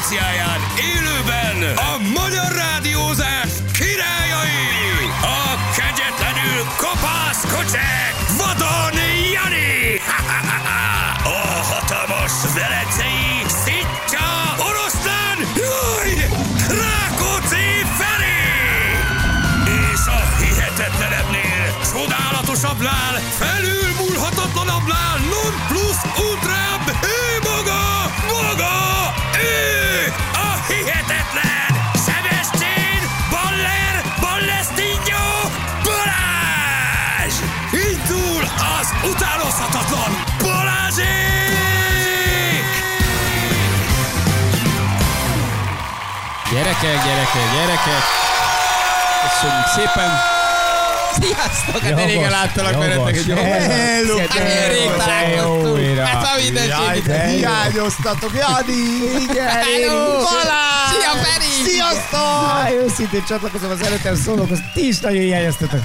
frekvenciáján élőben a magyar rádiózás királyai, a kegyetlenül kopász kocsek, Vadon Jani, a hatalmas velencei Szitja Oroszlán, Rákóczi Feri, és a hihetetlenebbnél, csodálatosabbnál, felülmúlhatatlanabbnál, non plus ultrább, ő maga, ő a hihetetlen Sebestyén Ballestinho Balázs! Indul az utánozhatatlan Balázsék! Gyerekek! Köszönjük szépen! Sziasztok! Hát régen láttalak veletek egy jó. Hello! Rég találkoztunk! Hát a mindenségét! Hiányoztatok, Jani! Igen! Balázs! Szia, Feri! Sziasztok! Őszintén csatlakozom az előttem szólókhoz. Ti is nagyon hiányoztatok.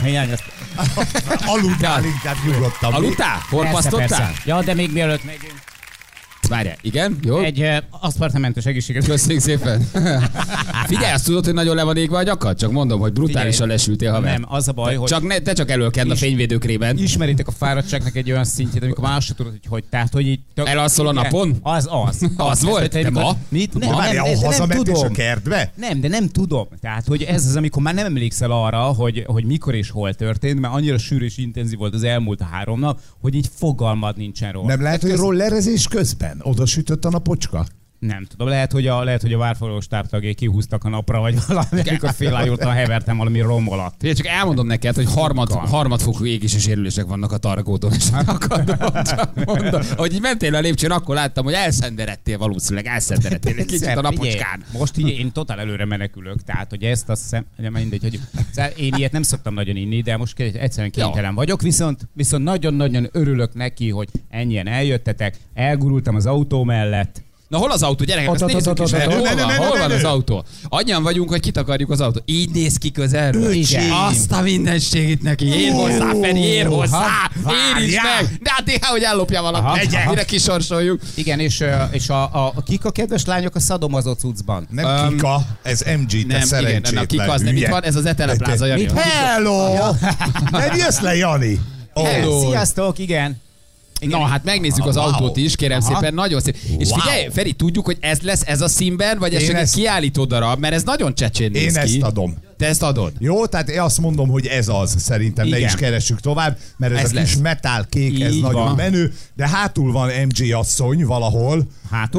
Aludtál inkább nyugodtan. Aludtál? Forpasztottál? Persze. Ja, de még mielőtt megyünk. Várjál, igen? Jó? Egy aszpartamentos egészséget. Köszönjük szépen. Figyelj, azt tudod, hogy nagyon le van égve a nyakad? Csak mondom, hogy brutálisan lesültél, haver. Nem, az a baj, hogy... Te csak előkend a fényvédőkrében. Ismeritek a fáradtságnak egy olyan szintjét, amikor már azt sem tudod, hogy tehát, hogy így... Elalszol a napon? Az volt? De ma? Várjál, hazament és a kertbe? Nem, de nem tudom. Tehát, hogy ez az, amikor már nem emlékszel arra, hogy mikor és hol történt, mert annyira sűrű és intenzív volt az elmúlt 3 nap, hogy így fogalmad nincsen róla. Nem lehet, hogy rollerezés közben oda sütött a napocska? Nem tudom, lehet, hogy a várfalós táptagjai kihúztak a napra, vagy valami, amikor félájultan hevertem valami rom alatt. Én csak elmondom neked, hogy harmadfokú égési sérülések vannak a Targóton, és akadom, csak mondom. Ahogy így mentél a lépcsőn, akkor láttam, hogy elszenderedtél valószínűleg, egy kicsit a napocskán. Most így én totál előre menekülök, tehát hogy ezt azt hiszem, mindegy, hogy én ilyet nem szoktam nagyon inni, de most egyszerűen kénytelen vagyok, viszont nagyon-nagyon örülök neki, hogy ennyien eljöttetek, elgurultam az autó mellett. Na hol az autó, gyerekek? Azt nézzük is meg. Hol van az autó? Annyian vagyunk, hogy kitakarjuk az autót. Így néz ki közelről. Azt a mindenségét neki. Ér hozzá, Feri, ér hozzá. Ér is meg. De hát néha, hogy ellopja valaki. Mire kisorsoljuk. Igen, és kik a kedves lányok a szadomazó cuccban? Nem Kika, ez MG, te szerencsétlen. Nem, Kika az nem itt van, ez az Etele Plaza, Jani. Hello! Nem jössz le, Jani? Sziasztok, igen. Na, hát megnézzük az autót is, kérem szépen, nagyon szép. És figyelj, Feri, tudjuk, hogy ez lesz ez a színben, vagy ez csak egy kiállító darab, mert ez nagyon csecsén néz ki. Én ezt adom. Te ezt adod? Jó, tehát én azt mondom, hogy ez az, szerintem ne is keressük tovább, mert ez a kis metal kék, ez nagyon menő, de hátul van MG asszony valahol. Hátul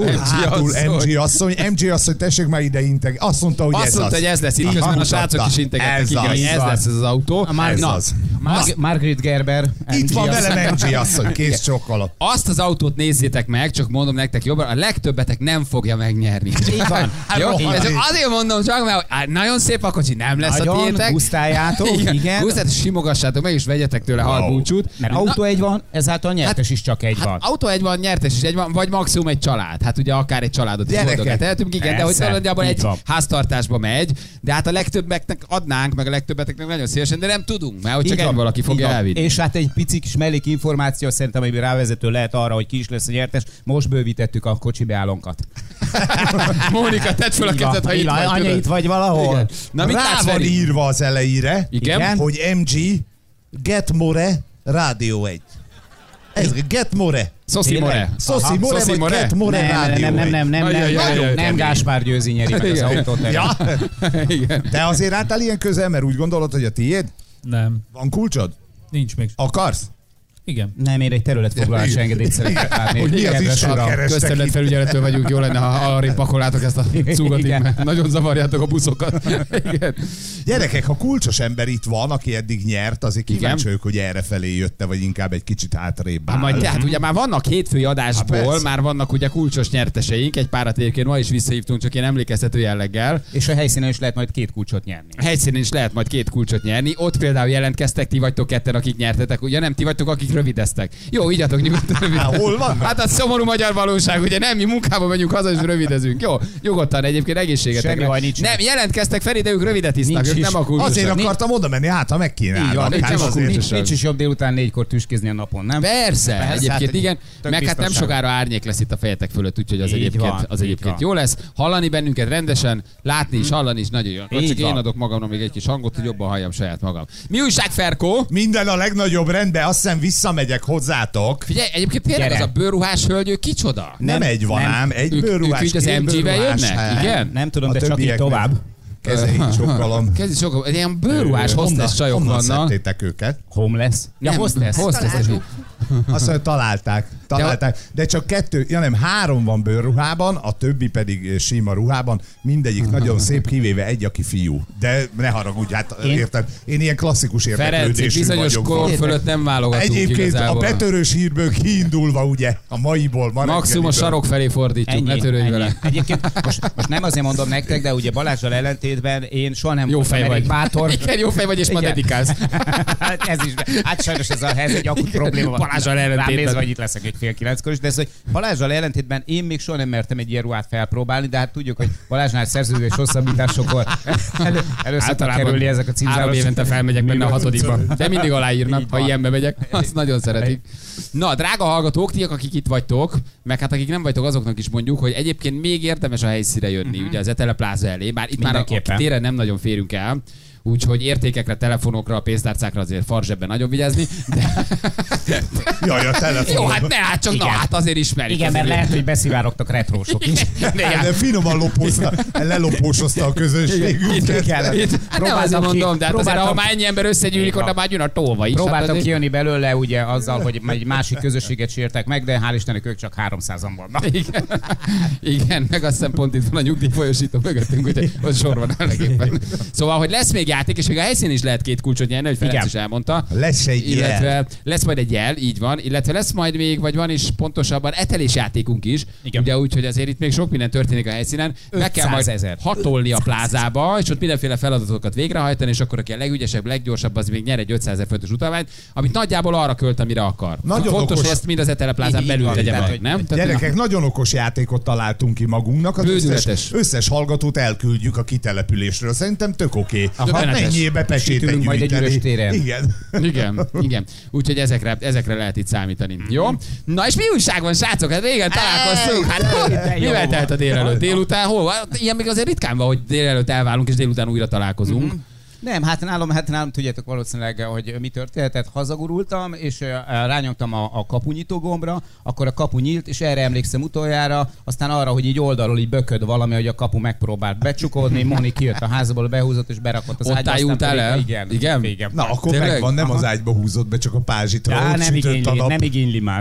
MG asszony. MG asszony, tessék már ide integ. Azt mondta, hogy azt ez mondta, az. hogy ez lesz itt, közben a srácok is integettek, ez lesz ez az autó. Margaret Gerber. Itt van velem MG asszony, kész csokolat. Azt az autót nézzétek meg, csak mondom nektek jobban, a legtöbbetek nem fogja megnyerni. Így van. Jó? Azért mondom csak, mert nagyon szép a kocsi, nem lesz a tiétek. Gusztáljátok, igen. Gusztáljátok, simogassátok meg, és vegyetek tőle halbúcsút. Mert autó egy van, ezáltal nyertes is csak egy van. Autó egy van, nyertes is egy van, vagy maximum egy család. Hát ugye akár egy családot is boldogát tehetünk, igen, de hogy valójában egy háztartásba megy, de hát a legtöbbeknek adnánk, meg a legtöbbeteknek nagyon szívesen, de nem tudunk, mert hogy csak egy valaki fogja elvinni. És hát egy pici kis mellék információ szerintem, ami rávezető lehet arra, hogy ki is lesz a nyertes. Most bővítettük a kocsi beállónkat. Mónika, tedd fel a kezed, ha itt vagy. Anya, itt vagy valahol. Igen. Na, mit rá van írva az elejére, igen? hogy MG Get More Rádió 1. Ez Get More. Szoszi More. Szoszi More vagy Get More Rádió 1. Nem Gáspár Győzi nyeri meg az autót. De azért álltál ilyen közel, mert úgy gondolod, hogy a tiéd? Nem. Van kulcsod? Nincs még. Akarsz? Igen. Nem, én egy területfoglalási engedélyt szeretnék látni. Hogy mi az Istenra? Közterületfelügyeletől vagyunk, jó lenne, ha arrébb pakolnátok ezt a cugot, mert nagyon zavarjátok a buszokat. Igen. Gyerekek, ha kulcsos ember itt van, aki eddig nyert, azért kíváncsi vagyok, hogy errefelé jötte, vagy inkább egy kicsit hátrébb áll. Majd tehát ugye már vannak hétfői adásból, már vannak ugye kulcsos nyerteseink, egy párat egyébként ma is visszahívtunk, csak én emlékeztető jelleggel. És a helyszínen is lehet majd 2 kulcsot nyerni. A helyszínen is lehet majd 2 kulcsot nyerni. Ott például jelentkeztek, ti vagytok ketten, akik nyertetek. Ugye nem ti vagytok, akik rövideztek. Jó, igyatok nyugodtan rövideztek. Hol van? Hát a szomorú magyar valóság, ugye nem, mi munkába megyünk haza, és rövidezünk. Jó, nyugodtan egyébként egészségetekre. Nem, jelentkeztek Feri, de ők rövidet isznak, ők nem a kultusosak. Azért akartam oda menni, hát ha megkínálnak. Nincs is jobb délután 4-kor tüskézni a napon, nem? Persze, egyébként igen. Meg hát nem sokára árnyék lesz itt a fejetek fölött, úgyhogy az egyébként jó lesz. Hallani bennünket rendesen, látni is, hallani is nagyon jó. Csak én adok magamnak még egy kis hangot, hogy jobban halljam saját magam. Mi újság, Ferkó? Minden a legnagyobb rendben, azt hiszem visszamegyek hozzátok. Figyelj, egyébként tényleg az a bőrruhás hölgy, ő kicsoda? Nem egy van ám, egy bőrruhás. Ők így az MG-vel jönnek? Igen? Nem tudom, de csak így tovább. Kezeit sokalom. Ilyen bőrruhás hostess csajok vannak. Honnan szedtétek őket? Homeless? Ja, hostess. Azt mondja, találták. De csak 3 van bőrruhában, a többi pedig sima ruhában. Mindegyik nagyon szép, kivéve egy, aki fiú. De ne haragudj, hát érted, én ilyen klasszikus érdeklődésű vagyok. Bizonyos kor fölött nem válogatunk egyébként igazából. A betörős hírből kiindulva, ugye, a maiból. Maximum a sarok felé fordítjuk, ne törődj vele. Egyébként most nem azért mondom nektek, de ugye Balázsral ellentétben én soha nem jó fej vagy. Bátor. Igen, jó fej vagy, és ma dedikálsz. Ez is. Hát sajnos ez egy akut probléma van. Balázsral ellentétben. Vagy itt leszek egy fél 9-kor is, de ez, hogy Balázsral ellentétben én még soha nem mertem egy ilyen ruhát felpróbálni, de hát tudjuk, hogy Balázsnál szerződés hosszabbításokor előszoktak kerülni ezek a címzáros. 3 évente felmegyek benne a 6-ba. De mindig aláírnak, ha ilyenbe megyek. Azt nagyon szeretik. Na, drága hallgatók, ti, akik itt vagytok, meg hát akik nem vagytok, azoknak is mondjuk, hogy egyébként még érdemes a helyszínre jönni, ugye az Etele Plaza elé, bár itt már a téren nem nagyon férünk el. Úgyhogy értékekre, telefonokra, a pénztárcákra azért farzsebben nagyon vigyázni. Jaj, a telefon. Jó, hát ne, hát csak igen. Hát azért ismerjük. Igen, mert lehet, hogy beszivárogtak retrósok is. De finoman lelopósozta a közönségünket. Hát nem azért mondom, de hát azért, ha már ennyi ember összegyűlik, oda már jön a tolva is. Próbáltam kijönni belőle ugye azzal, hogy egy másik közösséget sértek meg, de hál' Istennek ők csak 300-an vannak. Igen, meg azt hiszem pont itt van a nyugdíjfolyosító mögöttünk, úgyhogy ott sor van elégében. Szóval, hogy lesz még játék, és még a helyszínen is lehet 2 kulcsot nyerni, hogy Ferenc is elmondta. Lesz egy jel. Lesz majd egy jel, így van, illetve lesz majd még, vagy van is pontosabban etelés játékunk is. Igen. Ugye úgy, hogy azért itt még sok minden történik a helyszínen. Meg kell majd hatolni a plázába, és ott mindenféle feladatokat végrehajtani, és akkor aki a legügyesebb, leggyorsabb, az még nyer egy 500 000 forintos utalványt, amit nagyjából arra költ, amire akar. Nagyon fontos, hogy ezt mind az Etele Plázán belül tegye meg, nem? Gyerekek, nagyon okos játékot találtunk ki magunknak. Az összes hallgatót elküldjük a kitelepülésről. Szerintem tök oké. Mennyibe pecsétet majd egy üres téren. Igen. Úgyhogy ezekre lehet itt számítani. Jó? Na és mi újság van, srácok? Hát régen találkoztunk. Hát mivel telt a délelőtt? Délután hol van? Ilyen még azért ritkán van, hogy délelőtt elválunk, és délután újra találkozunk. Nem, hát nálam tudjátok valószínűleg, hogy mi történt. Hazagurultam, és rányomtam a kapunyitó gombra, akkor a kapu nyílt, és erre emlékszem utoljára, aztán arra, hogy így oldalról így bököd valami, hogy a kapu megpróbált becsukódni, Moni kijött a házból, behúzott és berakott az ágyba. Ott álljultál el? Igen. Na, akkor megvan, nem az ágyba húzott be, csak a pázsitra. Nem igényli már.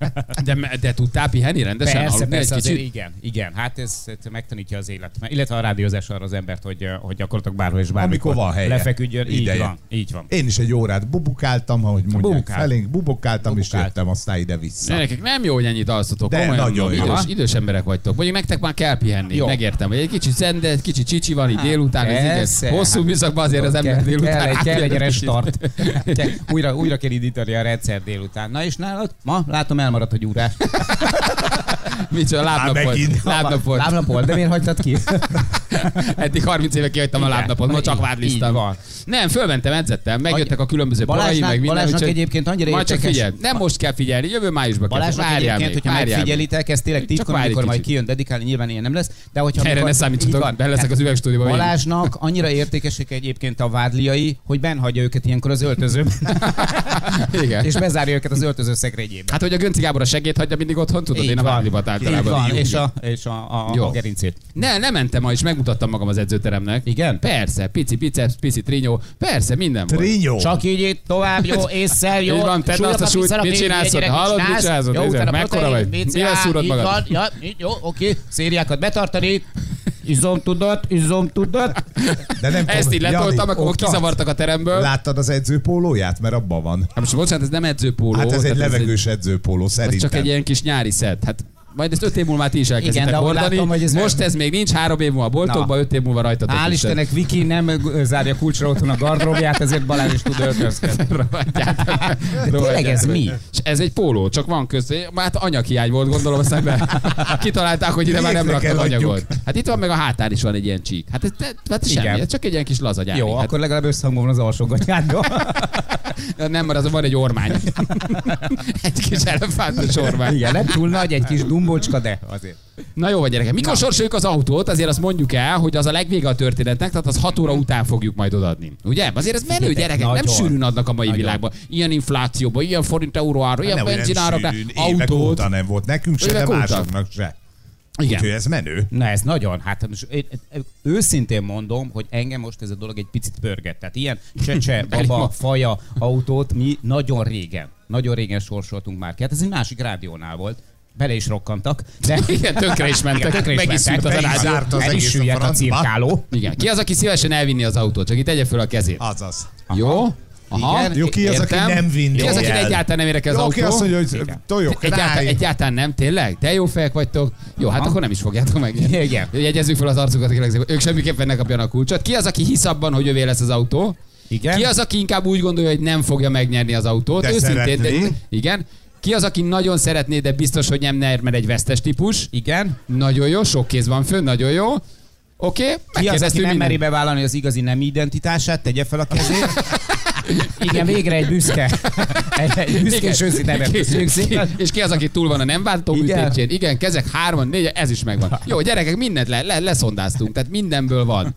De tudtál pihenni rendesen? Persze, azért igen. Hát ez megtanítja az élet. Illetve a rádiózás arra az embert, hogy gyakorlatilag bárhol és bármikor lefeküdjön, így van. Én is egy órát bubukáltam, ahogy mondják felénk, bubukáltam, és jöttem aztán ide-vissza. Nekik nem jó, hogy ennyit alszotok. De nagyon jó. Idős emberek vagytok. Mondjuk nektek már kell pihenni. Jó. Megértem, hogy egy kicsit zende, egy kicsit csicsi van itt délután. Hosszú műszakban azért az ember délután. Kell egy restart. Újra kell indítani a rendszer délután. Na és nálad? Ma látom elmaradt a gyúrás. Micsoda, lábnap volt. De miért hagytad ki? Eddig 30 éve kihagytam a lábnapot, ma csak vádliztam. Nem, fölmentem, edzettem, megjöttek a különböző porai, meg minden. Balázsnak egyébként annyira érdekes. Majd csak figyelj, nem most kell figyelni, jövő májusban kell. Balázsnak egyébként, hogyha megfigyelitek, ez tényleg titkon, amikor majd kijön dedikálni, nyilván ilyen nem lesz. De hogyha erre ne számítsatok, be leszek az üvegstúdióban. Balázsnak annyira értékesek egyébként a vádliai, hogy benn hagyja őket ilyenkor az öltözőben. Igen. És bezárja őket az öltöző szekrényébe. Hát, hogy a Gönci Gábor a segéd hagyja mindig otthon, tudod, én a vádlibat általában. És a gerincét. Nem mentem ma, és megmutattam magam az edzőteremnek. Igen? Persze, pici biceps, pici trinyó, persze, minden volt. Csak így itt tovább, jó, ésszel, jó. Így van, tedd azt a súlyt, mit csinálsz? Hallod, mit csinálsz? Mekkora vagy? Milyen szúrod magad? Jó, oké, szériákat betartani. Izomtudat. De nem ezt így letoltam, akkor kizavartak a teremből. Láttad az edzőpólóját? Mert abban van. Hát most bocsánat, ez nem edzőpóló. Hát ez egy levegős edzőpóló szerintem. Ez csak egy ilyen kis nyári szed. Hát Majd ezt 5 év múlva már ti is elkezditek hordani. Most ez még nincs, 3 év múlva a boltokban, 5 év múlva rajtatok. Hál' Istennek Viki nem zárja kulcsra otthon a gardróbját, ezért Balázs is tud öltözkedni. Tényleg ez mi? Ez egy póló, csak van közé. Hát anyaghiány volt, gondolom, aztán kitalálták, hogy ide már nem raktad anyagot. Hát itt van meg a hátán is van egy ilyen csík. Hát semmi, ez csak egy ilyen kis laza gyári. Jó, akkor legalább összhangban van az alsógatyádban. Nem, mert azon van egy ormány. Egy kis elefántos ormány. Igen, nem túl nagy, egy kis dumbócska, de azért. Na jó, vagy gyerekek. Mikor sorsoljuk az autót, azért azt mondjuk el, hogy az a legvége a történetnek, tehát az 6 óra után fogjuk majd odaadni. Ugye? Azért ez menő, gyerekek, nem sűrűn adnak a mai világban. Ilyen inflációban, ilyen forint euró ára, ilyen benzinárakra, autót. Óta nem volt nekünk se, de óta. másoknak se. Igen. Úgyhogy ez menő. Na ez nagyon, hát most őszintén mondom, hogy engem most ez a dolog egy picit pörget. Tehát ilyen csecse, baba, faja autót mi nagyon régen sorsoltunk már ki. Hát ez egy másik rádiónál volt. Bele is rokkantak. De igen, tönkre is mentek. Meg is szűnt az a rádió. El is süllyedt a cirkáló. Igen. Ki az, aki szívesen elvinni az autót? Csak itt tegye föl a kezét. Azaz. Jó? Aha, igen. Jó, ki az, aki nem vinni? Ki az, aki egyáltalán nem érek az autó? Ki azt mondja, hogy tojok rá. Egyáltalán nem, tényleg? De jó fejek vagytok. Jó, hát akkor nem is fogjátok meg. Igen. Jegyezzük fel az arcukat, ők semmiképpen ne kapjanak a kulcsot. Ki az, aki hisz abban, hogy övé lesz az autó? Igen. Ki az, aki inkább úgy gondolja, hogy nem fogja megnyerni az autót? De szeretné. Igen. Ki az, aki nagyon szeretné, de biztos, hogy nem nyer, mert egy vesztes típus? Igen. Nagyon jó, sok kéz van fönn, nagyon jó. Oké. Ki az, aki nem meri bevállalni az igazi nem identitását, tegye fel a kezét. Igen, végre egy büszke. Egy büszke és őszinte. És ki az, aki túl van a nem váltó műtétjén? Igen, kezek 3, 4, ez is megvan. Jó, gyerekek, mindent leszondáztunk, tehát mindenből van.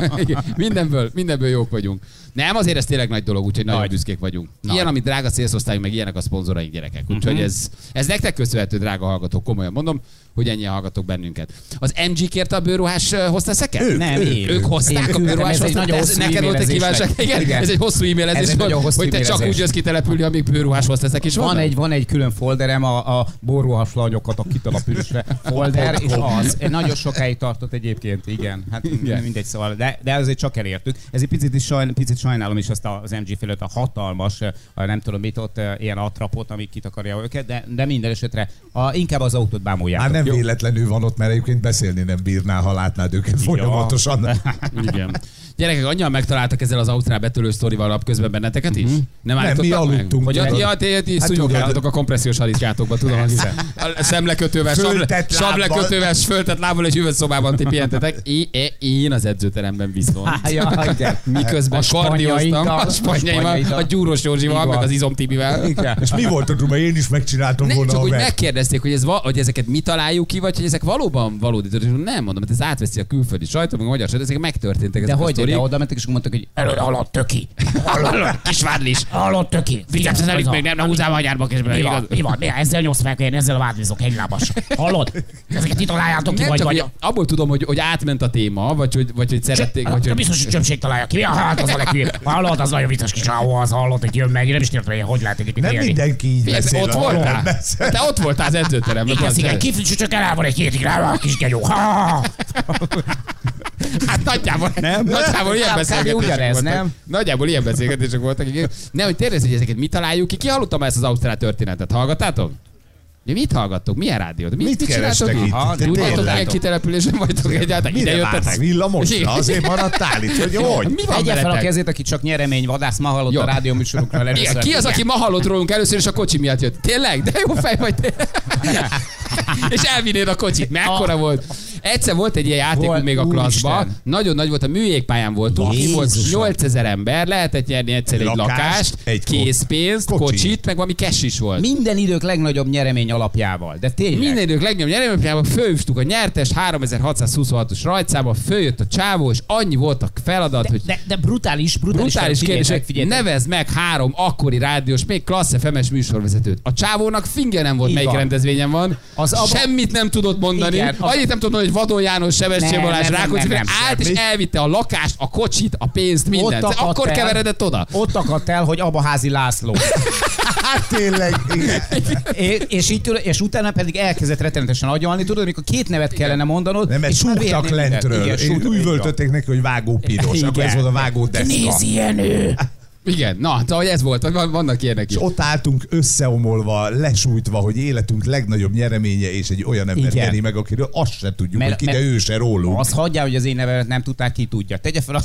mindenből jók vagyunk. Nem, azért ez tényleg nagy dolog, úgyhogy nagyon büszkék vagyunk. Ilyen, amit drága szélszosztályunk, meg ilyenek a szponzoraink, gyerekek. Úgyhogy ez nektek köszönhető, drága hallgatók, komolyan mondom, hogy ennyien hallgatok bennünket. Az MG kérte a bőruhás hozteszeket? Nem, ők hozták a bőruhás hozteszeket. Neked volt egy kívánság. Igen, ez egy hosszú e-mailezés volt, hogy te csak úgy jössz kitelepülni, amíg bőruhás hozteszek is vannak. Van egy külön folderem, a borruhás lanyokat a kitelepülésre folder, és az. Nagyon sokáig tartott egyébként, igen. Hát mindegy, szóval, de azért csak elértük. Ez egy picit sajnálom is azt az MG fölött a hatalmas, nem tudom mit ott, ilyen atrapot, amik kitakarja őket, de minden esetre inkább az autót bámuljátok. Már nem véletlenül van ott, mert egyébként beszélni nem bírnál, ha látnád őket folyamatosan. Igen. Gyerekek, annyian megtaláltak ezzel az ausztrál betölő sztorival napközben benneteket is? Nem mi aludtunk. Hogy ti szúnyogáltatok a kompressziós haliskátokba, tudom, hogy a szemlekötővel, sablekötővel, föltett lábbal egy üvegszobában ti pihentetek. Én az edzőteremben viszont. Miközben kardióztam a spanyaimmal, a Gyúros Józsival, meg az Izom Tibivel. És mi volt a duma? Én is megcsináltam volna. Csak úgy megkérdezték, hogy ezeket mi találjuk ki, vagy hogy ezek valóban valódi. Nem mondom, mert ez átveszi a külföldi sajtó, meg a magyar sajtó, ezek megtörténtek. De hogy? De oda mentek, és mondtak, hogy előre halott töki. Kisvádlis. Halott töki. Figyelsz, az előtt még nem húzál magyárba közben. Mi van? Ezzel nyomsz fel, én ezzel a vádlizok hegylábas. Hallod? Ezeket itt találjátok ki, vagy. Abból tudom, hogy átment a téma, vagy hogy szerették. De biztos, hogy csöpség találja ki. Hát az a legjobb. Hallod, az nagyon vicces kis csávó, az hallott, hogy jön meg. Én nem is értem, hogy lehet egyébként. Nem mindenki így beszél. Ott voltál. Te ott voltál az edzőteremben. Igen, kifűcsű csak el van egy hétig rá, a kis genyó. Hát nagyjából ilyen beszélgetések voltak. Nagyjából ilyen beszélgetések voltak. Nem, hogy tényleg, hogy ezeket mi találjuk ki. Ki hallottam ezt az ausztrál történetet? Hallgattátok? Mit hallgattok? Milyen rádiót? Mit kerestek itt? Úgy vagytok, ilyen kitelepülésen vagytok egyáltalán? Ide jöttetek? Villamosra? Azért maradtál itt, hogy hogy? Mi van Tegye fel a veletek? kezét, aki csak nyereményvadász, ma hallott a rádióműsorokról először. Ki az, aki ma hallott rólunk először, és a kocsi miatt jött? Tényleg? De jó fej vagy te. És elvinnéd a kocsit. Mekkora volt? Egyszer volt egy ilyen játékunk még a klasszban. Nagyon nagy volt, a műjégpályán voltunk. Ki volt 8000 ember, lehetett nyerni egyszer egy lakást, készpénzt, kocsit, meg valami cash is volt. Minden idők legnagyobb nyeremény alapjával. De tényleg. Minden idők legnagyobb nyeremény alapjával fölhívtuk a nyertest 3626-os rajtszámba, följött a csávó, és annyi volt a feladat, hogy... De brutális kérdések. Nevezd meg 3 akkori rádiós, még klassz FM-es műsorvezetőt. A csávónak finge nem volt, melyik rendezvényen van. Semmit nem tudott mondani. Annyit nem tudott mondani, hogy Vadon János, Sebestyén Balázs, Rákóczi állt, és elvitte a lakást, a kocsit, a pénzt, mindent. Akkor keveredett oda. Ott akadt el, hogy Abaházi László. Hát tényleg. És utána pedig elkezdett rettenetesen agyalni, tudod, amikor 2 nevet kellene mondanod. Nem, mert súgtak lentről. Üvöltötték neki, hogy Vágó Piros. Akkor ez volt a Vágó Deszka. Nézz, ilyen ő! Igen, na, szóval ez volt, vannak ilyenek is. És ott álltunk összeomolva, lesújtva, hogy életünk legnagyobb nyereménye, és egy olyan ember nyeri meg, akiről azt se tudjuk, hogy ki, de ő se rólunk. Azt hagyjál, hogy az én nevemet nem tudták, ki tudja. Tegye fel a...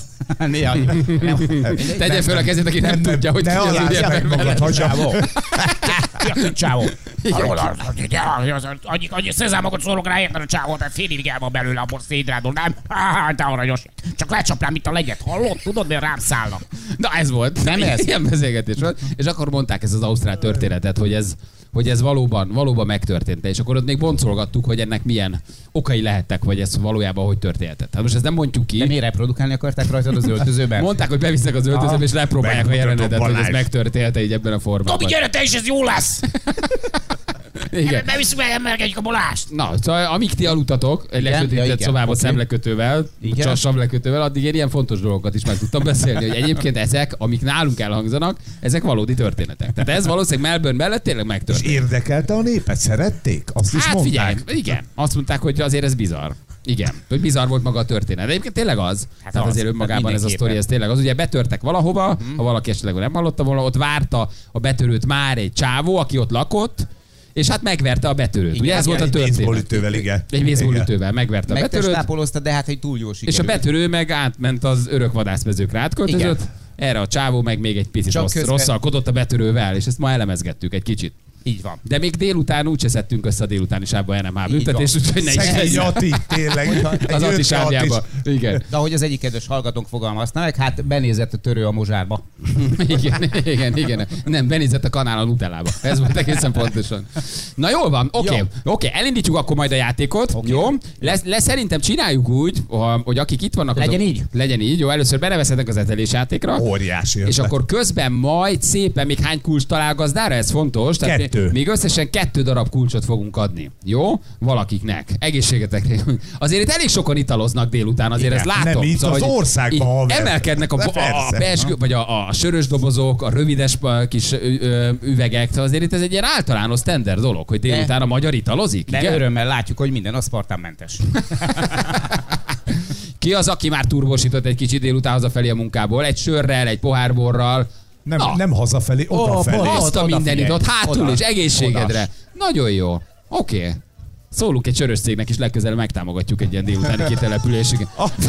Tegye fel a kezét, aki nem tudja, hogy ki az ugye meg magad, hagyjávó. Csávó. Annyi szezámokat szólok rá, érted a csávó, tehát fél évig el van belőle, abból szétrádol, nem? Te aranyos. Csak lecsapnám itt a legyet, hallod? Tudod, mert rám szállnak. Na ez volt. Nem ez? Ilyen beszélgetés volt. És akkor mondták ezt az ausztrál történetet, hogy ez valóban megtörtént. És akkor ott még boncolgattuk, hogy ennek milyen okai lehettek, vagy ez valójában hogy történhetett. Hát most ezt nem mondjuk ki. De miért reprodukálni akarták rajtad az öltözőben? Mondták, hogy bevisznek az öltözőbe, és lepróbálják a jelenetet, hogy ez megtörténhet így ebben a formában. Tomi, gyere te is, ez jó lesz! Igen. Bevisszük meg, emelkedjük a Balást! Na, szóval amíg ti aludtatok, egy lesötétített szobában szemlekötővel, samlekötővel, addig én ilyen fontos dolgokat is meg tudtam beszélni, hogy egyébként ezek, amik nálunk elhangzanak, ezek valódi történetek. Tehát ez valószínűleg Melbourne mellett tényleg megtörtént. És érdekelte a népet? Szerették? Azt is mondták? Figyelj, igen. Azt mondták, hogy azért ez bizarr. Igen, hogy bizarr volt maga a történet. De egyébként tényleg az. Hát tehát azért önmagában ez a sztori, ez tényleg az. Ugye betörtek valahova, ha valaki esetleg nem hallotta volna, ott várta a betörőt már egy csávó, aki ott lakott, és hát megverte a betörőt. Igen, ugye ez volt a történet. Egy baseballütővel, igen. Egy baseballütővel megverte a betörőt. Megtestápolozta, de hát egy túl jó sikerült. És a betörő meg átment az örök vadászmezőkre átköltözött. Erre a csávó meg még egy picit rosszalkodott a betörővel, és ezt ma elemezgettük egy kicsit. Így van. De még délután úgyse szedtünk össze a délutáni sávba NMH büntetés, úgyhogy ne is szegény Ati, tényleg. Az Ati sávjába. Igen. De ahogy az egyik kedves hallgatónk fogalmazta meg, hát benézett a törő a mozsárba. Igen. Nem, benézett a kanál a Nutellába. Ez volt egészen pontosan. Na jól van, oké. Elindítjuk akkor majd a játékot. Okay. Jó. Szerintem csináljuk úgy, hogy akik itt vannak, legyen így. Jó, először benevezhetnek az etelés játékra. Óriási. És akkor közben majd szépen még hány kulcs talál gazdára, ez fontos. Tehát még összesen 2 darab kulcsot fogunk adni. Jó? Valakiknek. Egészségetekre. Azért itt elég sokan italoznak délután, azért ezt látom. Nem itt szóval, az országban, haver. Emelkednek a sörös dobozok, a rövides kis üvegek. Szóval azért itt ez egy ilyen általános standard dolog, hogy délután a magyar italozik. De igen? Örömmel látjuk, hogy minden aszpartánmentes. Ki az, aki már turbosított egy kicsit délután hazafelé a munkából? Egy sörrel, egy pohárborral. Nem hazafelé, odafelé. Azt a mindenit ott hátul is, egészségedre. Nagyon jó. Oké. Szólunk egy sörös cégnek, és legközelebb megtámogatjuk egy ilyen délutáni kitelepülésig.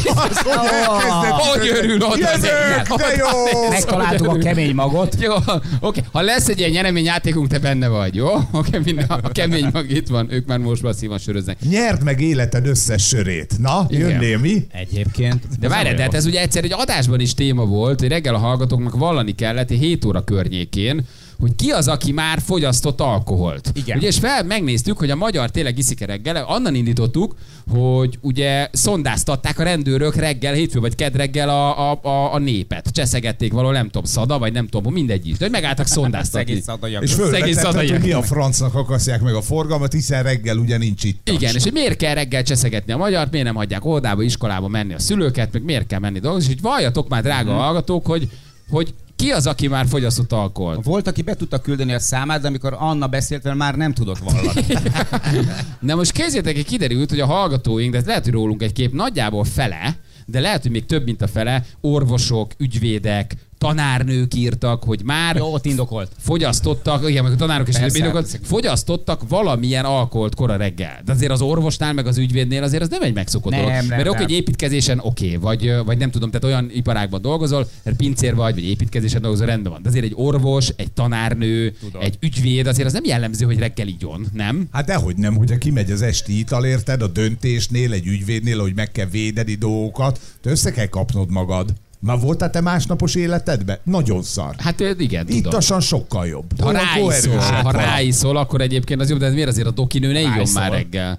Hogy örül ott az megtaláltuk a kemény magot. Jó, oké. Ha lesz egy ilyen nyereményjátékunk, te benne vagy, jó? Oké, a kemény mag itt van, ők már most masszívan söröznek. Nyerd meg életed összes sörét. Na, jönnél mi? Egyébként. De várj, tehát ez ugye egyszer egy adásban is téma volt, hogy reggel a hallgatóknak vallani kellett 7 óra környékén, hogy ki az, aki már fogyasztott alkoholt. Igen. Ugye, és megnéztük, hogy a magyar tényleg iszik reggel, annan indítottuk, hogy ugye szondáztatták a rendőrök reggel, hétfő vagy kedd reggel a népet. Cseszegették valahol, nem tudom, Szada, vagy nem tudom, mindegy is. De hogy megálltak szondáztatni. És fölvetettek, hogy mi a francnak akasztják meg a forgalmat, hiszen reggel ugye nincs itt. Igen, és hogy miért kell reggel cseszegetni a magyart, miért nem hagyják óvodába, iskolába menni a szülőket, meg miért kell menni dolgozni, és így valljatok már, drága hallgatók, hogy ki az, aki már fogyasztott alkoholt? Volt, aki be tudta küldeni a számát, de amikor Anna beszélt vele, már nem tudott vallani. Na most kézzétek, hogy kiderült, hogy a hallgatóink, de lehet, hogy rólunk egy kép nagyjából fele, de lehet, hogy még több, mint a fele, orvosok, ügyvédek, tanárnők írtak, hogy már fogyasztottak, igen, meg a tanárok is fogyasztottak valamilyen alkoholt kora reggel. De azért az orvosnál, meg az ügyvédnél azért az nem egy megszokott dolog. Mert egy építkezésen vagy nem tudom, tehát olyan iparágban dolgozol, pincér vagy építkezésen dolgozol, rendben van. De azért egy orvos, egy tanárnő, egy ügyvéd, azért az nem jellemző, hogy reggel igyon, nem? Hát dehogy nem, hogyha kimegy az esti ital, érted, a döntésnél, egy ügyvédnél, hogy meg kell védeni dolgokat, te össze kell kapnod magad. Már voltál te másnapos életedben? Nagyon szar. Hát igen, tudom. Ittasan sokkal jobb. Ha ráiszol, akkor egyébként az jobb, de miért azért a dokinő ne igyon már reggel?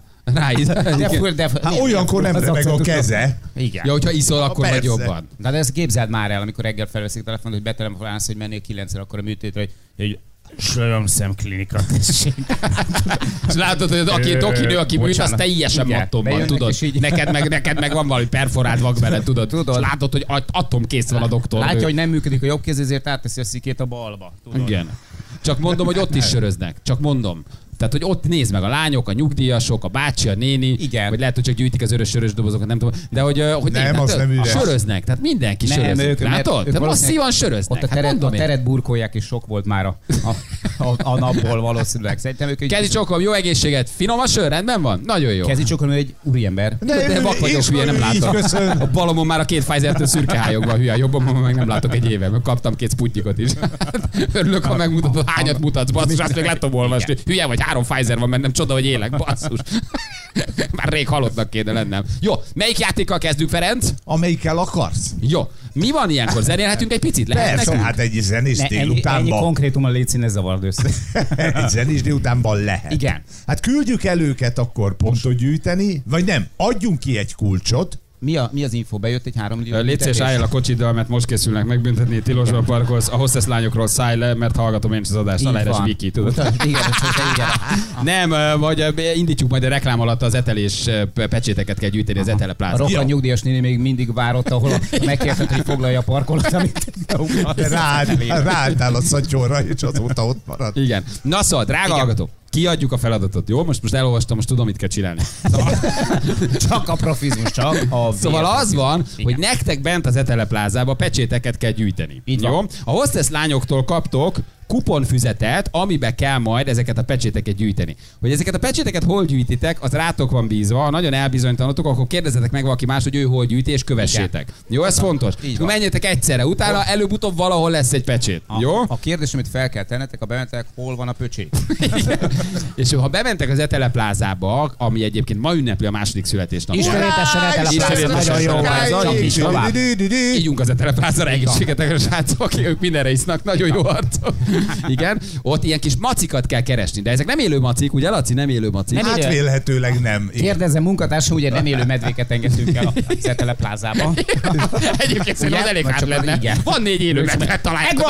Olyankor nem remeg a keze. Igen. Ja, hogyha iszol, akkor vagy jobban. Na de ezt képzeld már el, amikor reggel felveszik a telefont, hogy betelefonálsz, hogy mennél 9-re, akkor a műtétre, hogy Sörömszemklinika. És látod, hogy aki dokinő, aki műt, az teljesen mattomban, tudod. Neked meg van valami perforált vakbeled, tudod. És látod, hogy atomkész van a doktor. Látja, hogy nem működik a jobb kéz, ezért átteszi a szikét a balba. Tudod? Igen. Csak mondom, hogy ott is söröznek. Csak mondom. Tehát, hogy ott nézd meg a lányok, a nyugdíjasok, a bácsi, a néni, igen. Vagy lehet, hogy csak gyűjtik az örös dobozokat, nem tudom, de hogy nem, az nem üres. Söröznek, tehát mindenki sörözik. Látod? Tehát masszívan söröznek. Ott a teret burkolják, és sok volt már a napból valószínűleg. Szerintem ők Kezi csokom, jó egészséget. Finom a sör, rendben van? Nagyon jó. Kezi csokom, ő egy úriember. De vak vagyok, hülye, nem látom. A balomon már a 2 Pfizer-től szürkehályog van, hülye. A jobbomon meg nem látok egy éve, mert kaptam 2 Sputnikot is. Örülök, ha megmutatod, hányat mutatsz, basszus, azt meg látom olvasni. Hülye vagy, 3 Pfizer van, mert nem csoda, hogy élek, basszus. Már rég halottnak kéne lennem. Jó, melyik játékkal kezdünk, Ferenc? Amelyikkel akarsz? Jó. Mi van ilyenkor? Zenélhetünk egy picit? Lehet persze, nekünk? hát egy zenés délutánban. Ennyi konkrétummal légy színe zavard össze. Egy zenés délutánban lehet. Igen. Hát küldjük el őket akkor pontot gyűjteni, vagy nem, adjunk ki egy kulcsot. Mi az info? Bejött egy 3 millió? Légy szíves, állj el a kocsiddal, mert most készülnek megbüntetni, tilosba parkolsz, a hostess lányokról szállj le, mert hallgatom én is az adást, aláírás Viki, tudod? Igen. Nem, vagy indítjuk majd a reklám alatt az etelés pecséteket kell gyűjteni az eteleplázán. A rokkant nyugdíjas néni még mindig várott, ahol megkérted, hogy foglalja a parkolót, amit ráálltál a szatyorra, és azóta ott maradt. Igen. Na szóval, drága hallgató, kiadjuk a feladatot, jó? Most elolvastam, most tudom, mit kell csinálni. Csak a profizmus, csak a Szóval az van, igen. hogy nektek bent az eteleplázában pecséteket kell gyűjteni. Így jó? van. A hostess lányoktól kaptok kuponfüzetet, amibe kell majd ezeket a pecséteket gyűjteni. Hogy ezeket a pecséteket hol gyűjtitek, az rátok van bízva, ha nagyon elbizonytalanotok, akkor kérdezzetek meg valaki más, hogy ő hol gyűjti, és kövessétek. Jó, ez fontos. Akkor menjetek egyszerre, utána előbb-utóbb valahol lesz egy pecsét. Jó? A kérdés, amit fel kell tennetek, ha bementek, hol van a pöcsé? És ha bementek az eteleplázába, ami egyébként ma ünnepli a második születésnapot. Ismerétesen etelepláza, nagyon jó. Ígyunk az eteleplázára, egészségetekre, srácok, ők mindenre isznak, nagyon jó arcok. Igen, ott ilyen kis macikat kell keresni, de ezek nem élő macik, ugye Laci, nem élő macik. Nem hát vélhetőleg nem. Kérdezzem munkatársam, ugye nem élő medvéket engedtünk el az eteleplázába. Egyébként szerintem az elég hát lenne. Igen. Van 4 élő medvet, találjátok.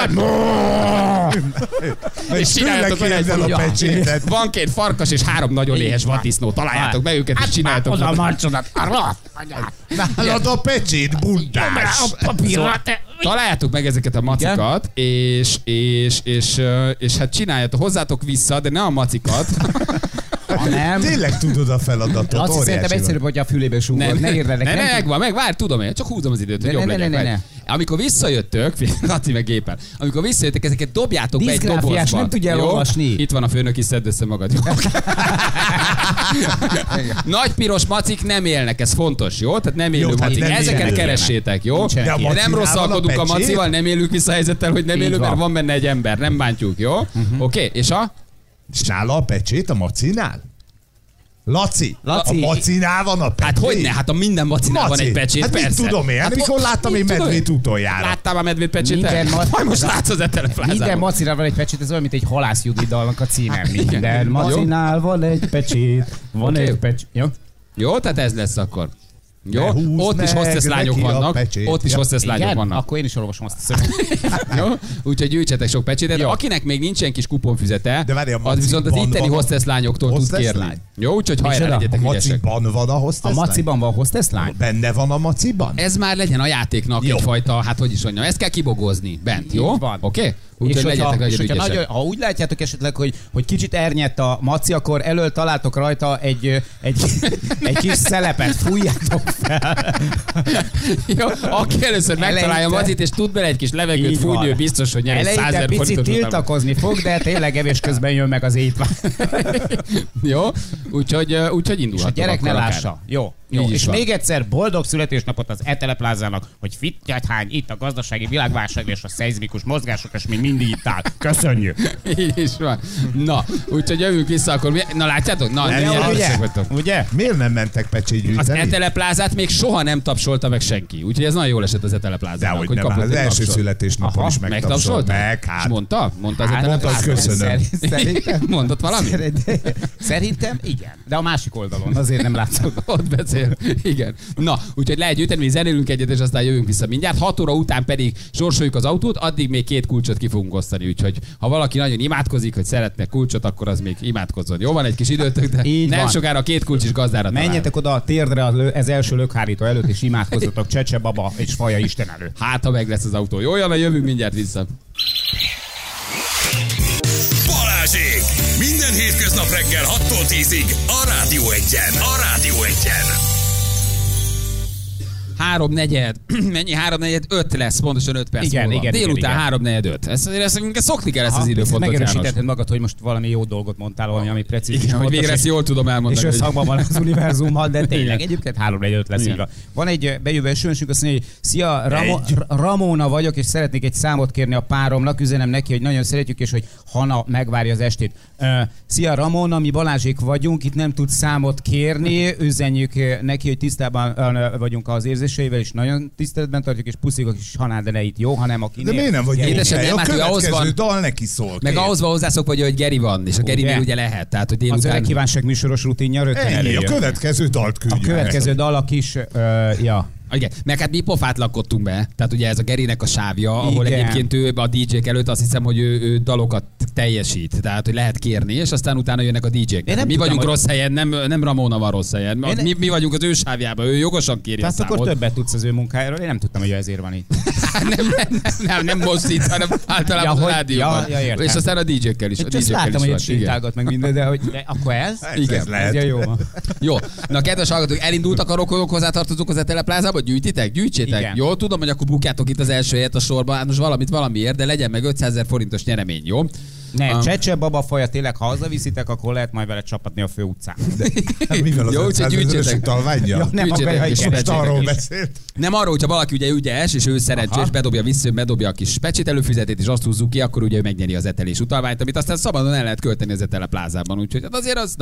És csináljátok vele egy a pecsétet. Van 2 farkas és 3 nagyon éhes vaddisznó. Találjátok meg őket, és csináljátok. Oda a marcsodat. Nálad a pecsét, bundás. Találjátok meg ezeket a macikat, és hát csináljátok, hozzátok vissza, de ne a macikat. Nem. Tényleg tudod a feladatot. Laci, szerintem egyszerűbb, hogy a fülébe súgod. Ne érdenek. Megvár, tudom én, csak húzom az időt, hogy jobb legyen. Amikor visszajöttök, Laci meg gépen, amikor visszajöttök, ezeket dobjátok be egy dobozba. Nem tudja elolvasni. Itt van a főnök, is szedd össze magad. Nagy piros macik nem élnek, ez fontos, jó? Tehát nem élő macik. Ezeket keressétek, jó? Nem rosszalkodunk a macival, nem élünk vissza a helyzettel, hogy nem élő, mert van benne egy ember, nem bántjuk, jó? Oké, és És nála a pecsét a macinál? Laci, a macinál van a pecsét? Hát hogyne, hát a minden macinál van egy pecsét, hát persze. Mit tudom én, hát mikor láttam én medvét utoljára? Láttál már medvét pecsétet? Majd most látsz az eteleplázába. Minden macinál van egy pecsét, ez olyan, mint egy Halász Judit dalnak a címe. Minden macinál van egy pecsét, van egy pecsét. Jó, tehát ez lesz akkor. Jó, ott is hostess lányok vannak. Ott is hostess lányok vannak. Akkor én is olvasom azt a szöveget. Jó, úgyhogy gyűjtsetek sok pecsétet. De akinek még nincsen kis kuponfüzete, az viszont az itteni hostess lányoktól tud kérni. Jó, úgyhogy hajrá, legyetek ügyesek. A maciban van a hostess lány? A maciban van hostess lány? Benne van a maciban? Ez már legyen a játéknak egyfajta, hát hogy is mondjam, ezt kell kibogozni bent, jó? Oké? Úgyhogy legyetek ügyesek. Ha úgy látjátok esetleg, hogy kicsit ernyett a maci, akkor elől találtok rajta egy kis szelepet, fújjátok fel. Jó, aki először megtalálja a macit, és tud bele egy kis levegőt fújni, ő biztos, hogy nyer 100 000 forintot. Picit tiltakozni fog, de tényleg evés közben jön meg az étvágy. Jó, úgyhogy indulhatunk. És a gyerek ne lássa. Jó. És van. még egyszer boldog születésnapot az eteleplázának, hogy fittyáthány itt a gazdasági világválság és a szeizmikus mozgások, és még mindig itt áll. Köszönjük! Így is van. Na, úgyhogy jövünk vissza, akkor na látjátok? Na, ugye? Miért nem mentek pecsét gyűjteni? Az etelepplázát még soha nem tapsolta meg senki. Úgyhogy ez nagyon jól esett az eteleplázának. Dehogy nem, az első születésnapon is megtapsolta. És mondta az eteleplázának. Köszönöm. Mondott valami? Szerintem igen. De a másik oldalon. Azért nem látszott. Ott beszél. Igen. Na, úgyhogy lehet gyűjteni, mi zenélünk egyet, és aztán jövünk vissza mindjárt. 6 óra után pedig sorsoljuk az autót, addig még 2 kulcsot ki fogunk osztani. Úgyhogy ha valaki nagyon imádkozik, hogy szeretne kulcsot, akkor az még imádkozzon. Jó, van egy kis időtök, de így nem van. Sokára a 2 kulcs is gazdára talál. Menjetek oda a térdre ez első lökhárító előtt, és imádkozzatok Csecse baba és Faja Isten előtt. Hát, ha meg lesz az autó. Jó, jön, jövünk mindjárt vissza. Balázsék! Minden hétköznap Hétköznap reggel 6-tól 10-ig a Rádió 1-en. A Rádió 1-en. 3-4, mennyi? 3-4-5 lesz, pontosan 5 perc múlva. Igen, délután 3-4-5. Ezt szokni kell ezt az időpontot, János. Megerősítetted magad, hogy most valami jó dolgot mondtál, valami, ami precíz. Igen, hogy végre ezt jól tudom elmondani. És összhangban van az univerzummal, de tényleg egyébként 3-4-5 lesz így. Van egy bejövő esőnsünk, azt mondja, hogy szia, Ramona vagyok, és szeretnék egy számot kérni a páromnak, üzenem neki, hogy nagyon szeretjük, és hogy Hanna megvárja az estét. Szia Ramona, mi Balázsék vagyunk, itt nem tud számot kérni, üzenjük neki, hogy tisztában vagyunk az érzéseivel, és nagyon tiszteletben tartjuk, és puszikok is Hanát, de ne itt, jó, hanem akinél. De miért nem vagy édesem, a következő dal neki szól. Meg ahhoz van hozzászok, hogy Geri van, és a Gerinél ugye lehet. Tehát, hogy az öreg kívánság műsoros rutinja rögtön előjön. A következő dalt küldjük. A következő dal a kis, ja. Igen, meg hát mi pofát lakottunk be, tehát ugye ez a Gerinek a sávja, ahol egyébként ő a DJ-k előtt azt hiszem, hogy ő dalokat teljesít, tehát hogy lehet kérni, és aztán utána jönnek a DJ-k. Mi vagyunk rossz helyen, nem Ramona van rossz helyen, mi vagyunk az ő sávjában, ő jogosan kéri a számot. Tehát akkor többet tudsz az ő munkájáról, én nem tudtam, hogy ezért van itt. nem most itt, hanem általában a rádióban. És aztán a DJ-kkel is. Csak láttam, hogy egy sétálgat meg minden, de akkor ez? Igen, lehet. Jó. Na, kedves hallgatók, elindultak a rokonok, hozzátartozók az Etele Plázába, gyűjtsétek. Igen. Jó, tudom, hogy akkor bukjátok itt az első helyet a sorban, hát most valamiért, de legyen meg 500 000 forintos nyeremény, jó? Ne, Csecse babafaja, tényleg, ha hazaviszitek, akkor lehet majd vele csapatni a főutcán. Mivel az 500 000-ös utalványja? Nem arról, hogyha valaki ugye ügyes, és ő szerencsés, bedobja a kis pecsételőfüzetét, és azt húzzuk ki, akkor ugye ő megnyeri az etelés utalványt, amit aztán szabadon el lehet költeni az Etele Plázában. Úgyhogy hát azért az,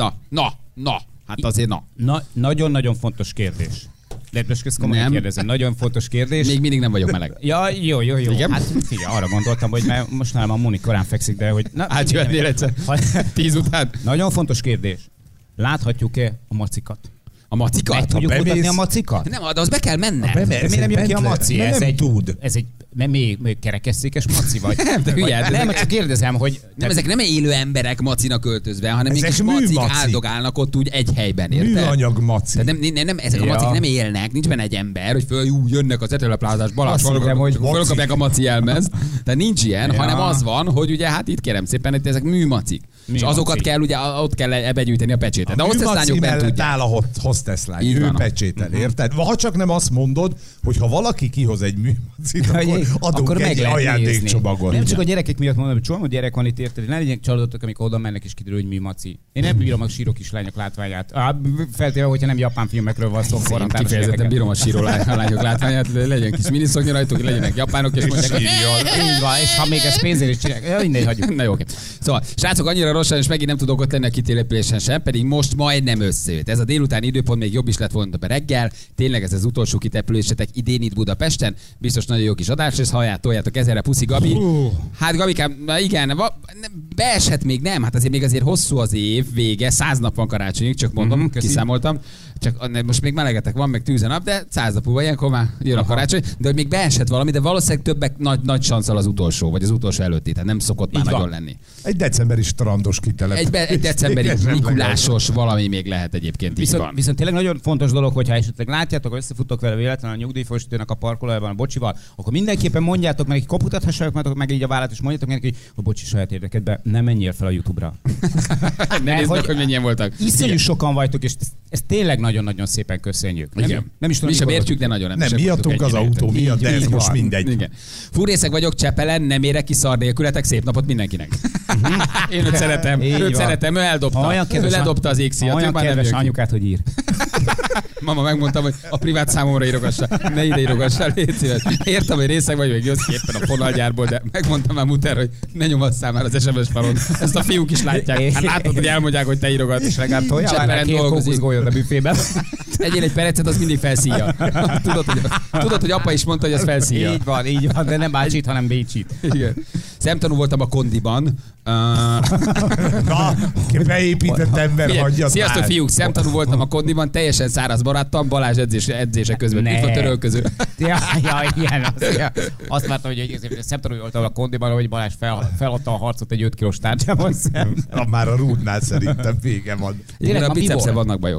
hát azért Nagyon-nagyon fontos kérdés. De most komolyan kérdezem, nagyon fontos kérdés. Még mindig nem vagyok meleg. Ja, jó. Igen? Hát figyelj, arra gondoltam, hogy most nálam a Moni korán fekszik, de hogy... Hát jöhetnél egyszer 10 után. Nagyon fontos kérdés. Láthatjuk-e a macikat? A macikat? Meg tudjuk mutatni a macikat? Nem, de az be kell mennem. Miért nem jön ki a maci? Ez egy még kerekesszékes maci vagy? Nem, csak kérdezem, hogy... Nem, ezek nem élő emberek macinak öltözve, hanem még kis macik áldogálnak ott úgy egy helyben, érted? Műanyag maci. Nem, ezek a macik nem élnek, nincs benne egy ember, hogy jönnek az Etele Plázás Balázs, fölkapják a maci elmezt. Tehát nincs ilyen, hanem az van, hogy ugye hát itt kérem szépen, hogy ezek műmacik. És azokat kell ugye, ott kell begyűjteni a pecsétet. De a hosteszlányok nem tudják. Áll a hosteszlány, ő pecsétel, érted? Ha csak nem azt mondod, hogy ha valaki kihoz egy műmacit, akkor adunk egy ajándékcsomagot. Nem csak a gyerekek miatt mondom, hogy csomó gyerek van itt, érted? Ne legyenek csalódottak, amikor oda mennek és kiderül, hogy műmaci. Én nem bírom a síró kislányok látványát. Feltéve, hogyha nem japán filmekről van szó. Én kifejezetten bírom a síró lányok látványát, legyen kis miniszoknya rajtuk, legyenek japánok, és mondják, és ha még ezt pénzért is csinálják, mindegy, hagyjuk. Na jó, oké. Szóval, srácok, annyira rosszan, és megint nem tudok ott tenni a kitelepülésen sem, pedig most majdnem összejött. Ez a délutáni időpont még jobb is lett volna be reggel. Tényleg ez az utolsó kitelepülésetek idén itt Budapesten. Biztos nagyon jó kis adás, és halljátok, toljátok ezerre, puszi Gabi. Hát Gabikám, igen, beeshet még nem, hát azért hosszú az év vége, 100 nap van karácsonyig, csak mondom, kiszámoltam. Csak most még melegetek, van meg 10 nap, de 100 nap múlva ilyenkor már jön a karácsony, de hogy még beeshet valami, de valószínűleg többek nagy sanszal az utolsó, vagy az utolsó előtti, tehát nem szokott már nagyon lenni. Egy decemberi strandos kitelep. Egy decemberi Mikulásos valami még lehet egyébként. Viszont tényleg nagyon fontos dolog, hogyha esetleg látjátok, összefutok vele véletlenül a nyugdíjfolyosítónak a parkolójában a bocsival, akkor mindenképpen mondjátok meg, koputathassák meg így a vállát, és mondjátok neki, hogy bocsi, saját érdekedben, nem menjél fel a YouTube-ra. Ne nézd meg, hogy mennyien voltak. Iszonyú sokan vagytok, és ezt tényleg nagyon-nagyon szépen köszönjük. Nem is tudom, mi sem értjük, de nagyon nem miattunk az autó miatt, de ez most mindegy. Igen. Fúrészek vagyok Csepelen, nem érek ki szar nélkületek, szép napot mindenkinek. Én őt szeretem, ő eldobta. Ő ledobta az X-iat. Olyan kedves anyukát, hogy ír. Mama, megmondtam, hogy a privát számomra írogassa. Ne ide írogassál, légy szíves. Értem, hogy részeg vagy, hogy jössz éppen a fonalgyárból, de megmondtam már muter, hogy ne nyomasszál már az SMS falon. Ezt a fiúk is látják. Hát látod, hogy elmondják, hogy te írogatsz. És legalább toljál kókuszgólyon a büfében. Egyél egy perecet, az mindig felszíja. Tudod, hogy apa is mondta, hogy az felszíja. Így van, de nem bácsit, hanem bécsit. Igen. Szemtanú voltam a kondiban. Na, beépített ember, hagyjad. Sziasztok, fiúk! Szemtanú voltam a kondiban, teljesen száraz maradtam, Balázs edzése közben. Itt a törölköző. Igen. Azt vártam, hogy szemtanú voltam a kondiban, hogy Balázs feladta a harcot egy 5 kilós tárgyában. Már a rúdnál szerintem vége van. A bicepszen vannak bajok.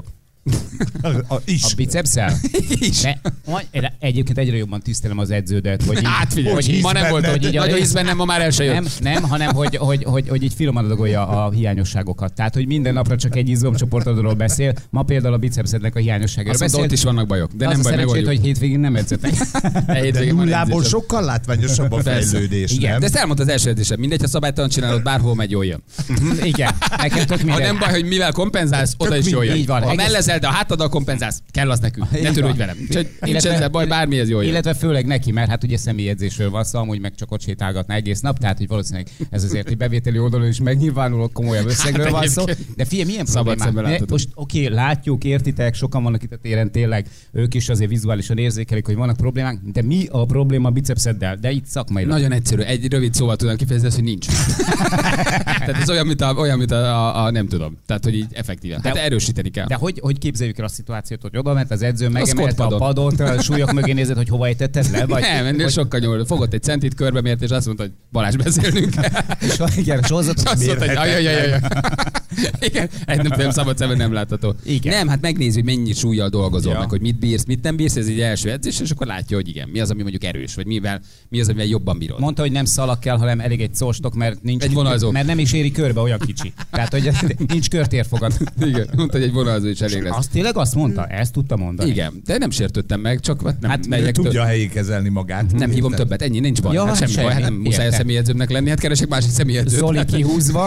A bicepszel? Egyébként egyre jobban tisztelem az edződet. Hát figyelj, ma nem volt, hogy így nagyon hisz bennem, ma már el se jött. Nem, hanem hogy így finoman adagolja a hiányosságokat. Tehát, hogy minden napra csak egy izomcsoportodról beszél. Ma például a bicepszednek a hiányosságáról beszél. Ott is vannak bajok, de nem baj, megoldjuk. Hogy hétvégén nem edzetek. De nullából sokkal látványosabb a fejlődés. Igen, de ezt elmondta az első edzésem. Mindegy, ha szabálytalan csinálod, bárhol megy, jól jön. Igen, nekem tök ha nem baj, hogy mivel kompenzálsz, oda is jól jön. Ha mellezel, de a hátaddal kompenzálsz, kell az nekünk. Ne törődj velem. Nincs ezzel baj, bármihez jól jön. Illetve főleg neki, mert hát ugye személyedzésről van szó, amúgy meg csak ott sétálgatna egész nap, tehát hogy valószínűleg ez azért egy bevételi oldalon is megnyilvánuló komolyabb összegről van szó. De figyelj, milyen problémák? Most oké, látjuk, értitek, sokan vannak itt a téren tényleg, ők is azért vizuálisan érzékelik, hogy vannak problémák, de mi a probléma a bicepszeddel? De itt szakmailag. Nagyon egyszerű, egy rövid szóval tudom kifejezni, hogy nincs. Tehát ez olyan, mint a nem tudom. Tehát, hogy így effektíven. Hát erősíteni kell. De hogy képzeljük el a szituációt, hogy oda ment az edző, megemelte a padot, a súlyok mögé nézett, hogy hova ejtetted le? Vagy, nem, ennél sokkal nyomorul. Fogott egy centit, körbemért, és azt mondta, hogy Balázs, beszélnünk. Igen, és hozott, azt mondta, hogy igen, nem szabad szemben nem látható. Igen. Nem, hát megnézi, hogy mennyi súllyal dolgozol, meg hogy mit bírsz, mit nem bírsz, ez egy első edzés, és akkor látja, hogy igen, mi az, ami mondjuk erős, vagy mi az, amivel jobban bírod. Mondta, hogy nem szalak kell, hanem elég egy szóstok, mert nincs egy vonalzó. Mert nem is éri körbe, olyan kicsi. Tehát, hogy nincs körtérfogad. Igen, mondta, hogy egy vonalzó is elég lesz. Azt tényleg azt mondta? Ezt tudta mondani. Igen, de nem sértődtem meg, csak nem hát megyek tudja a helyén kezelni magát. Nem hívom többet, ennyi, nincs baj. Ja, hát semmi baj, hát nem muszáj a személyedzőmnek lenni, hát keresek másik személyedzőt. Zoli kihúzva.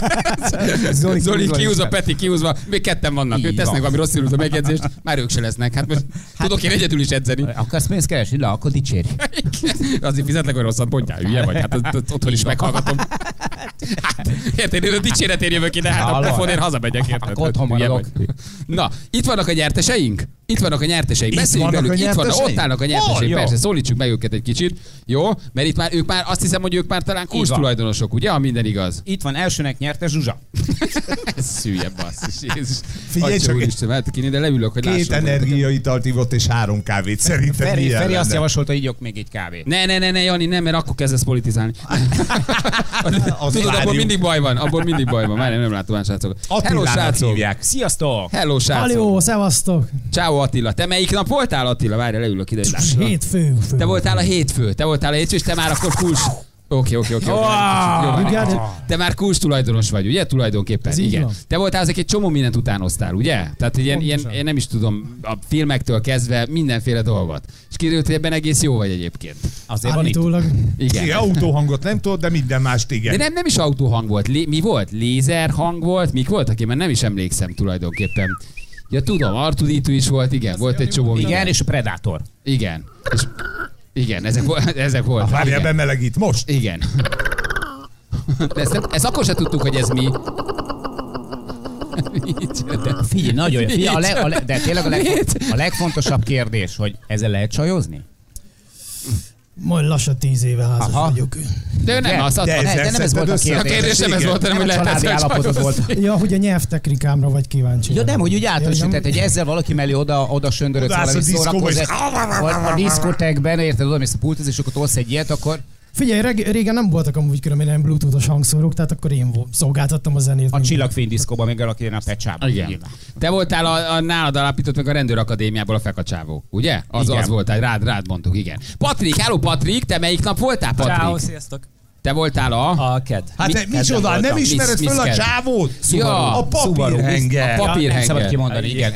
Zoli kihúzva, Peti kihúzva, még ketten vannak. Ők tesznek valami rosszul a megjegyzést, már ők se lesznek. Hát most tudok én egyedül is edzeni. Akarsz pénzt keresni? Le, akkor dicsérj. Azért fizetlek, hogy rosszat mondjál, hülye vagy. Hát otthon is meghallgatom. Hát, érted, én a dicséretért jövök ide, hát a telefonért hazamegyek, érted? Otthon maradok. Na, itt vannak a nyerteseink? Itt vannak a nyerteseink. Beszéljünk velük. Itt vannak, ott állnak a nyerteseink. Persze, szólítsuk meg őket egy kicsit. Jó? Mert itt már ők már azt hiszem, hogy ők már talán kulcstulajdonosok, ugye? Ha minden igaz. Itt van elsőnek nyerte Zsuzsa. Ez szülye basszus. Figyelj csak, de leülök, hogy lássam. 2 energiaitalt ivott és 3 kávét szerintem. Feri azt javasolta, hogy ígyok még egy kávét. Ne, Jani, nem, mert akkor kezdesz politizálni. Tudod, abból mindig baj van. Már nem látom már srácok. Hello, srácok. Sziasztok. Hello, srácok. Halló, szevasztok. Ciao Attila. Te melyik nap voltál, Attila? Várj, leülök ide. Hétfő. Te voltál a hétfő, és te már akkor kulcs. Oké. Te már kulcs tulajdonos vagy, ugye? Tulajdonképpen. Igen. Te voltál azok egy csomó mindent utánoztál, ugye? Tehát ilyen, én nem is tudom, a filmektől kezdve mindenféle dolgot. És kiderült, hogy ebben egész jó vagy egyébként. Azért van itt. Igen. Autóhangot nem tudod, de minden mást igen. De nem is autóhang volt. Mi volt? Lézerhang volt? Mik voltak? Én már nem is emlékszem tulajdonképpen. Ja, tudom, R2D2 is volt, igen, volt egy csomó. Igen, és a Predator. Igen. És igen, ezek voltak. Várjál, bemelegít most? Igen. De ezt akkor se tudtuk, hogy ez mi. De figyelj, nagyon jó. De tényleg a legfontosabb kérdés, hogy ezzel lehet csajozni? Majd lassan 10 éve házas vagyok. De nem, nem ez volt a kérdés. A kérdés nem ez volt, hanem hogy lehet állapotod volt. Ja, hogy a nyelvtechnikámra vagy kíváncsi. Ja, nem, hogy úgy általánosít, tehát, hogy ezzel valaki mellé oda söndörödsz valami szórakozás. A diszkotekben, érted, oda mész a pulthoz, és akkor tolsz egy ilyet, akkor... Figyelj, régen nem voltak amúgy különben bluetooth-os hangszórók, tehát akkor én szolgáltattam a zenét. A Csillagfény diszkóban még valaki a pecsában. Igen. Te voltál a nálad alapított meg a rendőrakadémiából a fekacsávó, ugye? Az voltál, rád mondtuk, igen. Patrik, hello Patrik, te melyik nap voltál, Patrik? Ciao, sziasztok. Te voltál a KED. Hát micsoda, nem ismered föl a csávót? Ja, a papírhenger. A papírhenger. Szabad kimondani, igen.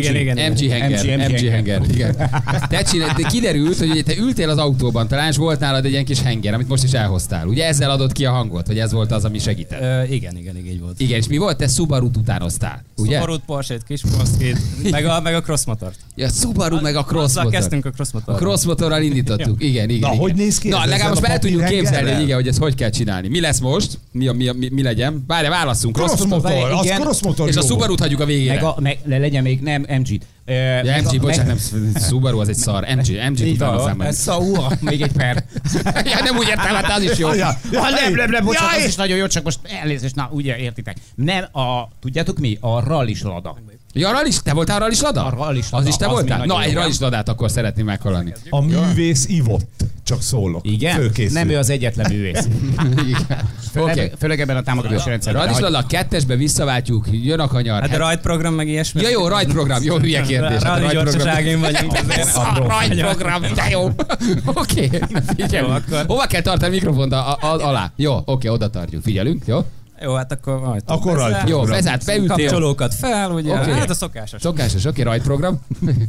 MG henger. Igen. Te kiderült, hogy te ültél az autóban, talán és volt nálad egy ilyen kis henger, amit most is elhoztál. Ugye ezzel adott ki a hangot, hogy ez volt az, ami segített? Igen, így volt. Igen, és mi volt? Te Subaru-t utánoztál, ugye? Subaru-t, Porsche-t, kis Moszkét, meg a crossmotort. Ja, Subaru meg a crossmotor. Azzal kezdtünk a crossmotorral. A crossmotorral indítottuk, igen. Na, hogy néz ki? Na, legalább most el tudjuk képzelni, hogy igen, hogy ezt hogy kell csinálni. Mi lesz most? Mi legyen? Várj, válasszunk. Crossmotor, az crossmotor. És a Subaru-t hagyjuk a végére. Legyen még nem MG. Ja, MG, bocsánat, nem, Subaru az egy szar. MG utánozzám meg. Még egy per. Ja, nem úgy értem, hát az is jó. Nem, bocsánat, az is nagyon jó, csak most elnézést, na ugye értitek. Nem, tudjátok mi? A rallis Lada. Ja, te voltál ralislada? A ralislada, Az is te az voltál? még Na, nagyon egy jó. ralisladát akkor szeretném meghallani. A művész ivott. Csak szólok. Igen? Fölkészül. Nem ő az egyetlen művész. Oké. Főleg ebben a támogatási rendszerben. Ralislada, 2-esbe visszaváltjuk, jön a kanyar. Hát a rajtprogram meg ilyesmi. Ja, jó, rajtprogram, jó hülye kérdés. Hát a Rally rajtprogram- gyorsaságén vagyunk. A rajtprogram, de jó. Oké, figyelj. Jó, akkor. Hova kell tartani a mikrofont alá? Jó, oké, oda tartjuk, figyelünk, jó? Jó, hát akkor majd. Akkor rajtprogram. Jó, bezárt, beültél. Kapcsolókat fel, ugye? Oké. Hát a szokásos. Szokásos, oké, rajtprogram.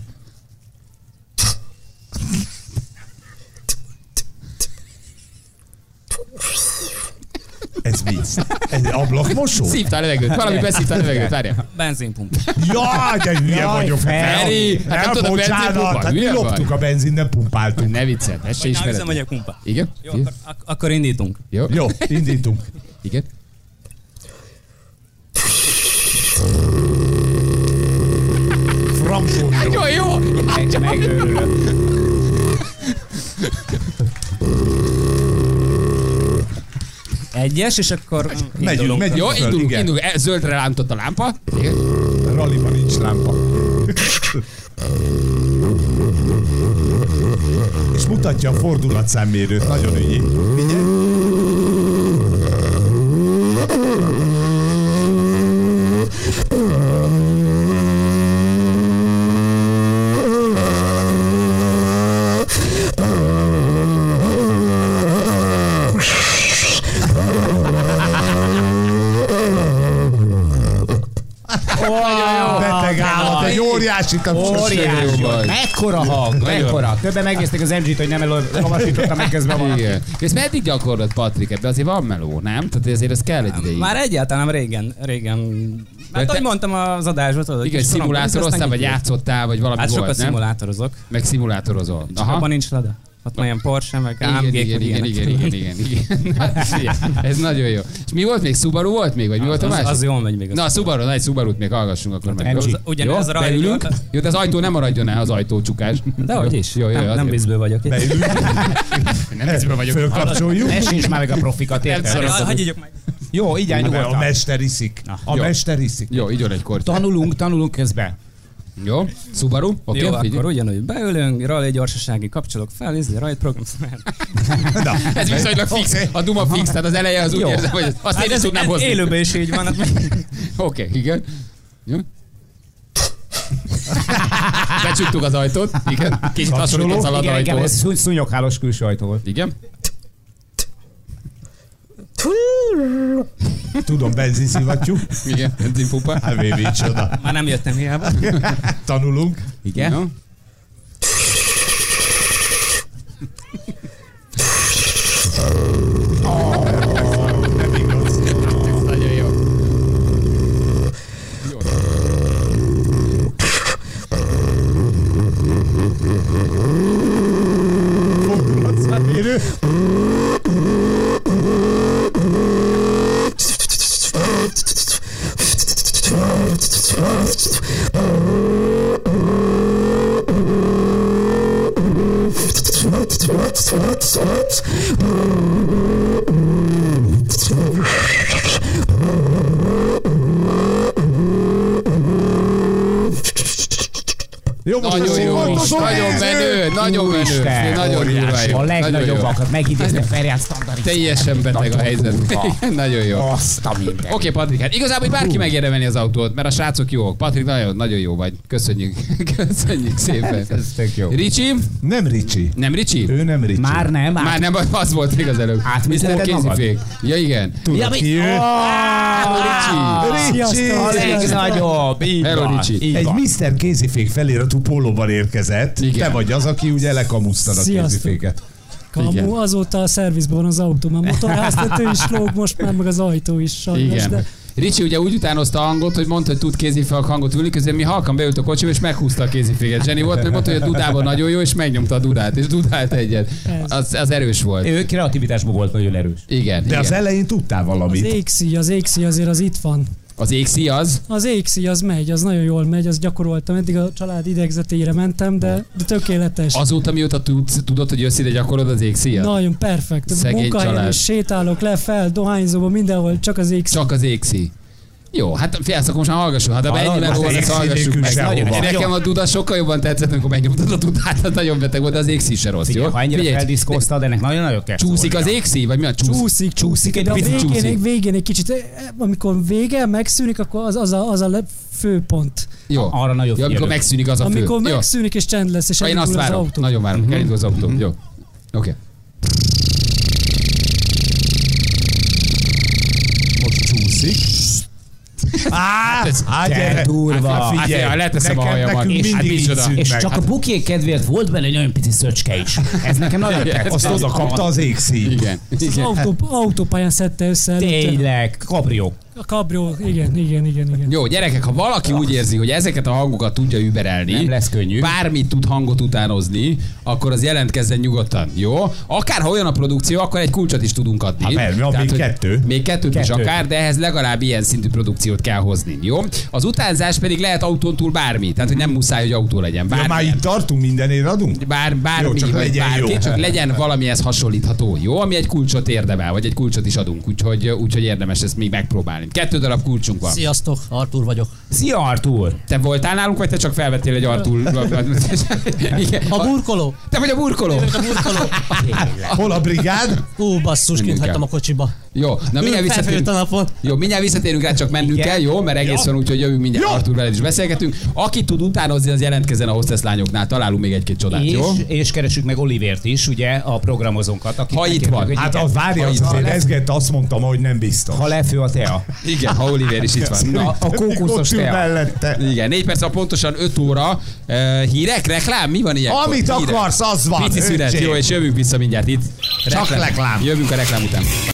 Ez víz. Ez ablakmosó? Szívta a levegőt, valami beszívta a levegőt, várjál. Benzinpumpa. Jaj, de hülye vagyok. Feri, hát nem tudod a benzinpumpa, bocsánat, hát mi hülye loptuk vagy? a benzin, nem pumpáltuk. Ne viccel, ez se ismered. Üzemanyagpumpa. Igen? Jó, akkor indítunk. Jó? Jó, indítunk. Igen? Framsó. Jó, jó! Megőrülök. Egyes, és akkor Megyünk. Jó, föl, indulunk, igen. indulunk. Zöldre rántott a lámpa. Igen. Ralliban nincs lámpa. És mutatja a fordulatszámmérőt, nagyon ügyi. Figyelj. Beteg állat, egy óriási Óriási. Jó vagy. Mekkora hang, mekkora. Többen megnézték az MG-t, hogy nem elolvasítottam meg közben van. Igen. És meddig gyakorlod, Patrik? Ebben azért van meló, nem? Tehát ezért ez kell egy ideig. Már egyáltalán régen. Hát te- ahogy mondtam az adásban, tudod. Igen, kis koromban, szimulátoroztál, aztán vagy kiderült. játszottál, vagy valami Hát sokat volt, nem? szimulátorozok. Meg szimulátorozol. Csak abban nincs lada. Ott már ilyen Porsche, meg AMG, Igen. Ez nagyon jó. És mi volt még? Subaru volt még? Vagy mi volt a másik? Az jól megy még. Na, Subaru, nagy Subarut még hallgassunk akkor meg. MG. Jó? Ugyanez Jó, a rally- beülünk. Jó, de az ajtó nem maradjon el, az ajtócsukás. Dehogy is. Jó, Nem azért. vízből vagyok itt. Beülünk, Nem biztos vagyok. fölkapcsoljuk. Ne sincs már meg a profikat, érted? Hagyjuk meg. Jó, így áll A nyugodtan. mester iszik. A jó. mester iszik. Jó, igyon egy kort. Tanulunk közben. Jó, Subaru, oké, Jó, figyelj. akkor ugyanúgy beülünk, rally gyorsasági kapcsolok fel, rajtprogram. Na, Ez viszonylag fix, a duma fix, tehát az eleje az úgy Jó. érzem, hogy azt én is tudnám hozni. Élőben is így van. Oké, igen. Jó. Becsuktuk az ajtót, igen. Kicsit hasonlít a Igen, igen, szaladajtóhoz. ez szúnyoghálós külső ajtó volt. Igen. tudom, benzinszivattyú. Igen, benzinpumpa. Hát még csoda. Már nem jöttem hiába. Tanulunk. Igen. Jó. Nem igaz. Ez nagyon jó. Jó. Fordulatszámérő. Jó, most Nagyon jó, szivatozó nagyon néző. menő, nagyon menő. Úristen, Nagyon óriási. durva jó. A Nagyon jó. legnagyobbakat megidézte Ferján standardizálni. Teljesen beteg a helyzet. Igen, nagyon jó. Azt a minden. Oké, Patrik, hát igazából hogy bárki megérdemelni az autót, mert a srácok jók. Patrik, nagyon, nagyon jó vagy. Köszönjük. Köszönjük szépen. Ez tök jó. Ricsi? Nem Ricsi. Nem Ricsi? Ő nem Ricsi. Már nem, Már nem, az volt még az előbb. Átműszered Mr. magad? Kézifék. Ja, igen. Tudod ki ő? Ricsi. Ricsi. A legnagyobb. Így Hello, van. Ricsi. Így Egy van. Mr. Kézifék feliratú pólóban érkezett. Igen. Te vagy az, aki ugye lekamusztad a Sziasztok. kéziféket. Kamu, Igen. azóta a szervizben van az autó, mert motorháztető is lóg, most már meg az ajtó is sajnos, Igen. de Ricsi ugye úgy utánozta a hangot, hogy mondta, hogy tud kézifék hangot ülni, közben mi halkan beült a kocsiba, és meghúzta a kéziféket. Zseni volt, hogy mondta, hogy a dudában nagyon jó, és megnyomta a dudát, és dudált egyet. Az erős volt. Ő kreativitásban volt nagyon erős. Igen, De igen. az elején tudtál az valamit. égszíj azért az itt van. Az égszíj az? Az égszíj az megy, az nagyon jól megy, azt gyakoroltam, eddig a család idegzetére mentem, de tökéletes. Azóta mióta tudod, hogy jössz ide gyakorod az égszíjat? Nagyon perfekt. Szegény Munkahelyen család. is sétálok le, fel, dohányzóba, mindenhol, csak az égszíj. Csak az égszíj. Jó, hát figyelsz, akkor most már hallgassuk. Hát ha ennyiben az hol lesz, hallgassuk meg. sehova. Nekem a Duda sokkal jobban tetszett, amikor megnyomtad a Dudát, hát nagyon beteg volt, az égszí se rossz, Figyelj, jó? ha ennyire feldiszkoztad, ennek nagyon-nagyon kell Csúszik az szólnia. égszí, vagy mi a Csúszik, egy de a picit végén egy kicsit, amikor vége megszűnik, akkor az a főpont. Jó. Arra nagyon Jó, amikor figyelünk. megszűnik az a fő. Amikor Jó. megszűnik és csend lesz, és Én azt elindul az várom. autó. Nagyon várom. Elindul az autó. Jó. Oké. Most csúszik. De durva. Hát figyelj, leteszem a hajamat. Nekünk Hát mindig micsoda. így És meg. csak a bukék kedvéért volt benne egy olyan pici szöcske is. Ez nekem nagyon tetszett. Azt oda kapta az égszín. Igen. Az Igen. autópályán szedte össze. előtte. Tényleg, kabrió. A kabrió, igen. Jó, gyerekek, ha valaki úgy érzi, hogy ezeket a hangokat tudja überelni, Nem lesz könnyű. bármit tud hangot utánozni, akkor az jelentkezzen nyugodtan, jó? Akár ha olyan a produkció, akkor egy kulcsot is tudunk adni. Hát mert van még hogy 2. Még 2 is Kettő. akár, de ehhez legalább ilyen szintű produkciót kell hozni, jó? Az utánzás pedig lehet autón túl bármi, tehát hogy nem muszáj, hogy autó legyen. Ja, már Bármilyen. itt tartunk, mindenért adunk? Bármi, Jó, csak vagy legyen bárki, jó. csak legyen valamihez hasonlítható, jó? Ami egy kulcsot érdemel, vagy egy kulcsot is adunk, úgyhogy érdemes ezt még megpróbálni. 2 darab kulcsunk van. Sziasztok, Artur vagyok. Szia, Artur! Te voltál nálunk, vagy te csak felvettél egy Artur? Igen. A burkoló. Te vagy a burkoló? A burkoló. Hol a brigád? Basszus, kint Menjünk hagytam el. a kocsiba. Jó, na mindjárt Felfőtt a visszatérünk. napon. Jó, mindjárt visszatérünk rá, csak mennünk kell, jó? Mert egész van, úgyhogy jövünk mindjárt Artur veled is beszélgetünk. Aki tud utánozni, az jelentkezzen a hostess lányoknál, találunk még egy-két csodát, jó? És keresünk meg Olivért is, ugye, a programozónkat. akit Ha itt megkértük, van. hogy Hát igen, az várja, Ha az itt azért van. rezgett, azt mondtam, hogy nem biztos. ha lefő a tea. Igen, ha Oliver is itt van. Na, A kókuszos Ott ül tea. mellette. igen, 4 perc, pontosan 5 óra. Hírek, reklám, mi van ilyen? Amit akarsz, az van. Pici szünet, öcsém. jó, és jövünk vissza mindjárt itt. Csak reklám. Jövünk a reklám után.